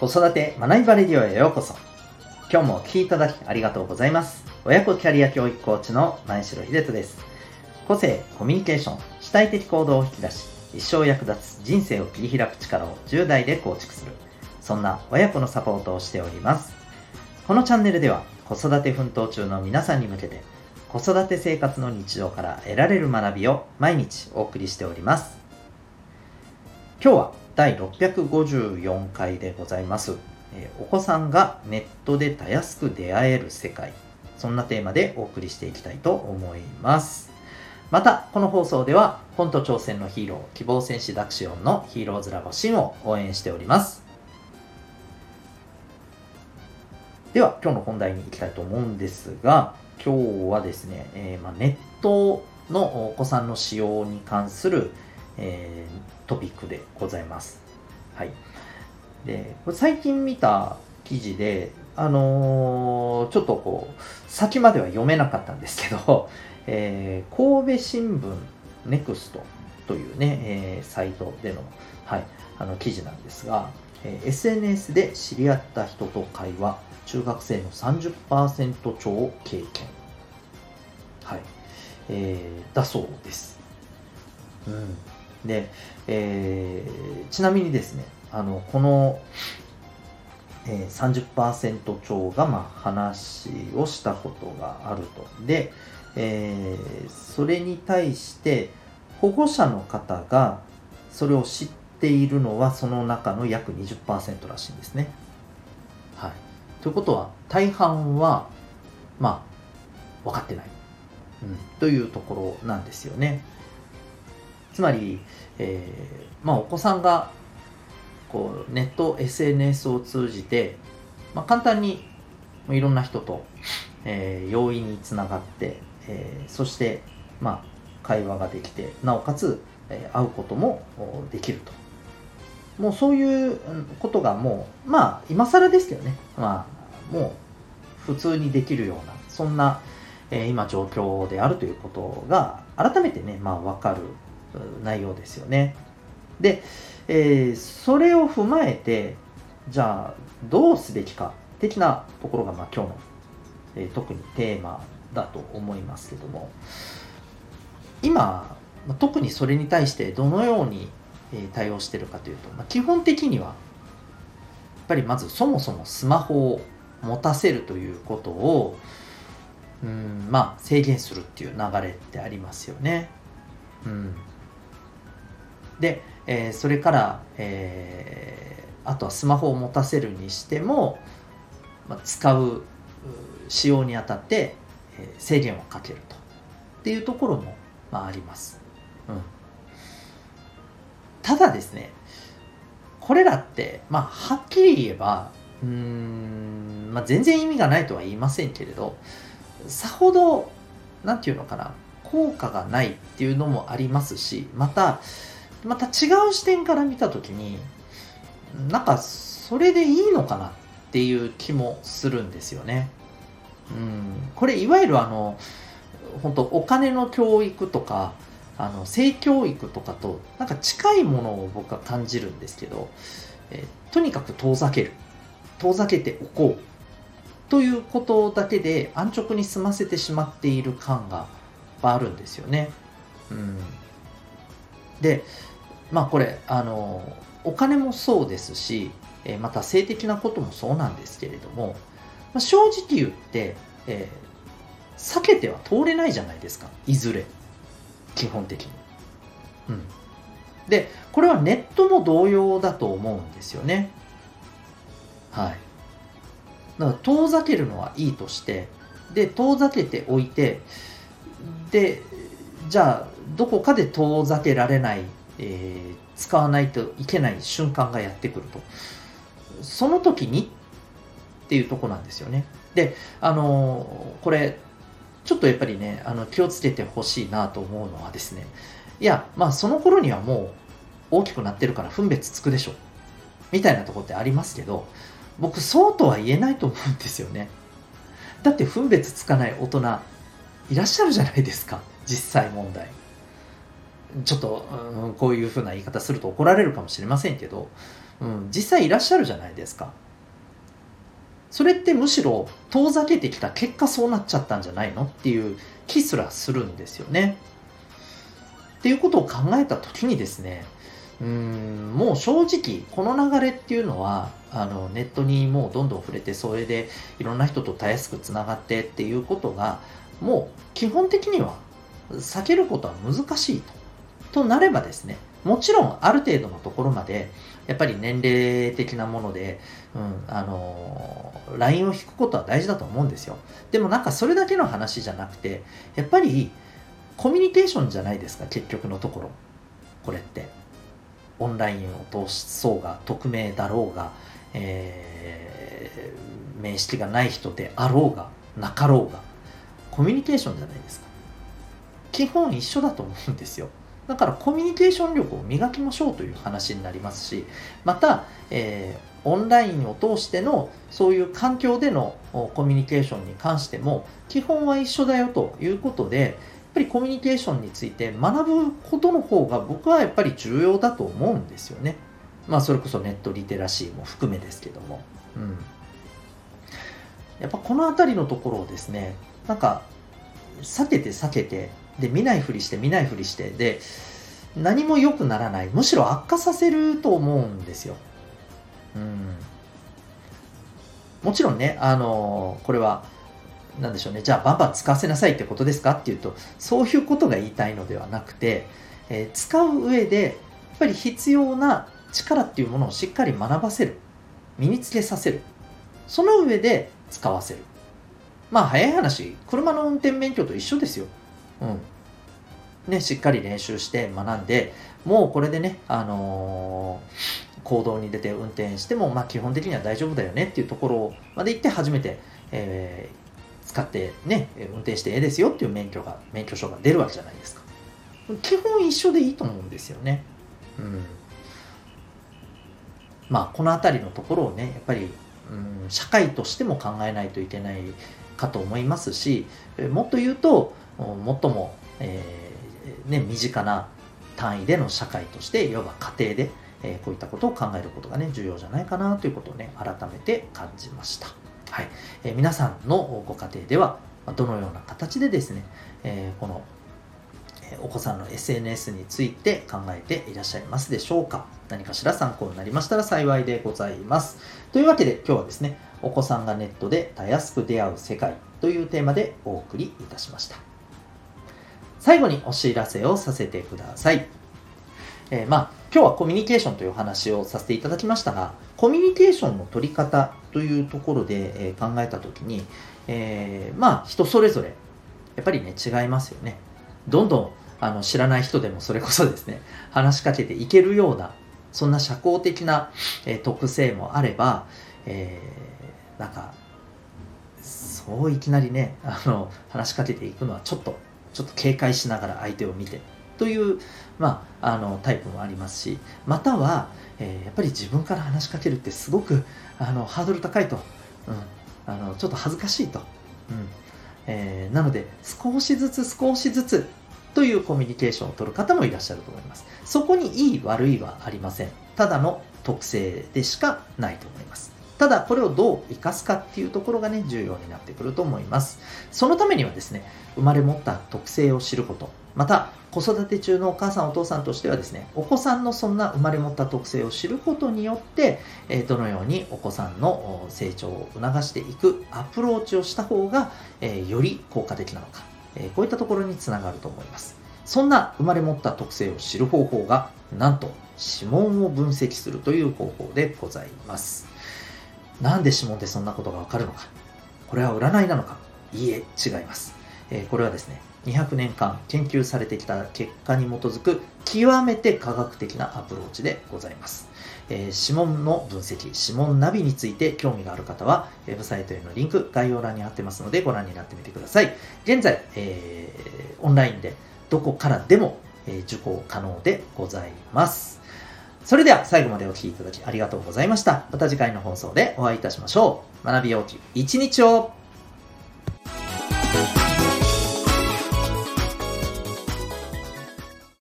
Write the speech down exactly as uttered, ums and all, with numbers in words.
子育て学びバレディオへようこそ。今日もお聞きいただきありがとうございます。親子キャリア教育コーチの前城秀人です。個性、コミュニケーション、主体的行動を引き出し、一生役立つ人生を切り開く力をじゅう代で構築する、そんな親子のサポートをしております。このチャンネルでは子育て奮闘中の皆さんに向けて、子育て生活の日常から得られる学びを毎日お送りしております。今日はだいろっぴゃくごじゅうよんかいでございます。えー、お子さんがネットでたやすく出会える世界、そんなテーマでお送りしていきたいと思います。またこの放送では本と挑戦のヒーロー、希望戦士ダクシオンのヒーローズラボシンを応援しております。では今日の本題に行きたいと思うんですが、今日はですね、えーまあ、ネットのお子さんの使用に関する、えー、トピックでございます。はい。で、これ最近見た記事で、あのー、ちょっとこう先までは読めなかったんですけど、えー、神戸新聞ネクストというね、えー、サイトでの、はい、あの記事なんですが、えー、エスエヌエス で知り合った人と会話、中学生の さんじゅっパーセント 超経験、はい、えー、だそうです。うん、で、えー、ちなみにですね、あのこの、えー、さんじゅっパーセント 超が、まあ、話をしたことがあると。で、えー、それに対して保護者の方がそれを知っているのはその中の約 にじゅっパーセント らしいんですね。はい。ということは大半はまあ分かってない、うん、というところなんですよね。つまり、えー、まあお子さんがこうネット エスエヌエス を通じて、まあ、簡単にいろんな人と、えー、容易につながって、えー、そしてまあ会話ができて、なおかつ、えー、会うこともできると。もうそういうことがもうまあ今更ですけどね、まあもう普通にできるようなそんな、えー、今状況であるということが改めてね、まあ分かる内容ですよね。で、えー、それを踏まえてじゃあどうすべきか的なところが、まあ、今日の、えー、特にテーマだと思いますけども、今特にそれに対してどのように対応しているかというと、まあ、基本的にはやっぱりまずそもそもスマホを持たせるということをうーんまあ制限するっていう流れってありますよね。うん、で、えー、それから、えー、あとはスマホを持たせるにしても、まあ、使う使用にあたって、えー、制限をかけるとっていうところも、まあ、あります。うん、ただですね、これらって、まあ、はっきり言えばうーん、まあ、全然意味がないとは言いませんけれど、さほどなんていうのかな、効果がないっていうのもありますし、またまた違う視点から見たときになんかそれでいいのかなっていう気もするんですよね。うん、これいわゆるあの本当お金の教育とかあの性教育とかとなんか近いものを僕は感じるんですけど、えとにかく遠ざける遠ざけておこうということだけで安直に済ませてしまっている感があるんですよね。うん、でまあこれあのお金もそうですし、えまた性的なこともそうなんですけれども、まあ、正直言って、えー、避けては通れないじゃないですか、いずれ基本的に。うん、でこれはネットも同様だと思うんですよね。はい。だから遠ざけるのはいいとして、で遠ざけておいて、でじゃあどこかで遠ざけられない、えー、使わないといけない瞬間がやってくると、その時にっていうとこなんですよね。であのー、これちょっとやっぱりね、あの気をつけてほしいなと思うのはですね、いやまあその頃にはもう大きくなってるから分別つくでしょみたいなところってありますけど、僕そうとは言えないと思うんですよね。だって分別つかない大人いらっしゃるじゃないですか、実際問題。 ちょっと、うん、こういうふうな言い方すると怒られるかもしれませんけど、うん、実際いらっしゃるじゃないですか。それってむしろ遠ざけてきた結果そうなっちゃったんじゃないのっていう気すらするんですよね。っていうことを考えた時にですね、うーん、もう正直この流れっていうのはあのネットにもうどんどん触れて、それでいろんな人とたやすくつながってっていうことがもう基本的には避けることは難しいと。となればですね、もちろんある程度のところまでやっぱり年齢的なもので、うん、あのラインを引くことは大事だと思うんですよ。でもなんかそれだけの話じゃなくて、やっぱりコミュニケーションじゃないですか、結局のところ。これって。オンラインを通そうが、匿名だろうが、えー、面識がない人であろうが、なかろうが、コミュニケーションじゃないですか。基本一緒だと思うんですよ。だからコミュニケーション力を磨きましょうという話になりますし、また、えー、オンラインを通してのそういう環境でのコミュニケーションに関しても基本は一緒だよということで、やっぱりコミュニケーションについて学ぶことの方が僕はやっぱり重要だと思うんですよね。まあそれこそネットリテラシーも含めですけども、うん、やっぱこのあたりのところをですね、なんか避けて避けてで見ないふりして見ないふりしてで何も良くならない、むしろ悪化させると思うんですよ。うん、もちろんね、あのこれはなんでしょうね、じゃあバンバン使わせなさいってことですかっていうと、そういうことが言いたいのではなくて、えー、使う上でやっぱり必要な力っていうものをしっかり学ばせる、身につけさせる、その上で使わせる。まあ早い話、車の運転免許と一緒ですよ。うんね、しっかり練習して学んで、もうこれでね、あのー、公道に出て運転しても、まあ基本的には大丈夫だよねっていうところまで行って初めて、えー、使ってね、運転してええですよっていう免許が、免許証が出るわけじゃないですか。基本一緒でいいと思うんですよね。うん。まあこのあたりのところをね、やっぱり、うん、社会としても考えないといけないかと思いますし、もっと言うと、もっとも、えーね、身近な単位での社会として、いわば家庭で、えー、こういったことを考えることがね、重要じゃないかなということをね、改めて感じました。はい。えー、皆さんのご家庭では、どのような形でですね、えー、この、えー、お子さんの エスエヌエス について考えていらっしゃいますでしょうか。何かしら参考になりましたら幸いでございます。というわけで今日はですね、お子さんがネットでたやすく出会う世界というテーマでお送りいたしました。最後にお知らせをさせてください。えー、まあ今日はコミュニケーションというお話をさせていただきましたが、コミュニケーションの取り方というところで、えー、考えたときに、えー、まあ人それぞれやっぱりね違いますよね。どんどんあの知らない人でもそれこそですね、話しかけていけるようなそんな社交的な、えー、特性もあれば、えー、なんかそういきなりねあの話しかけていくのはちょっとちょっと警戒しながら相手を見てという、まあ、あのタイプもありますし、または、えー、やっぱり自分から話しかけるってすごくあのハードル高いと、うん、あのちょっと恥ずかしいと、うんえー、なので少しずつ少しずつというコミュニケーションを取る方もいらっしゃると思います。そこにいい悪いはありません。ただの特性でしかないと思います。ただこれをどう生かすかっていうところがね重要になってくると思います。そのためにはですね、生まれ持った特性を知ること、また子育て中のお母さんお父さんとしてはですね、お子さんのそんな生まれ持った特性を知ることによって、えどのようにお子さんの成長を促していくアプローチをした方が、えより効果的なのか、えこういったところにつながると思います。そんな生まれ持った特性を知る方法が、なんと指紋を分析するという方法でございます。なんで指紋でそんなことがわかるのか。これは占いなのか。いいえ、違います。えー、これはですね、にひゃくねんかん研究されてきた結果に基づく極めて科学的なアプローチでございます。えー、指紋の分析、指紋ナビについて興味がある方は、ウェブサイトへのリンク、概要欄に貼ってますのでご覧になってみてください。現在、えー、オンラインでどこからでも、えー、受講可能でございます。それでは最後までお聞きいただきありがとうございました。また次回の放送でお会いいたしましょう。学びようき一日を。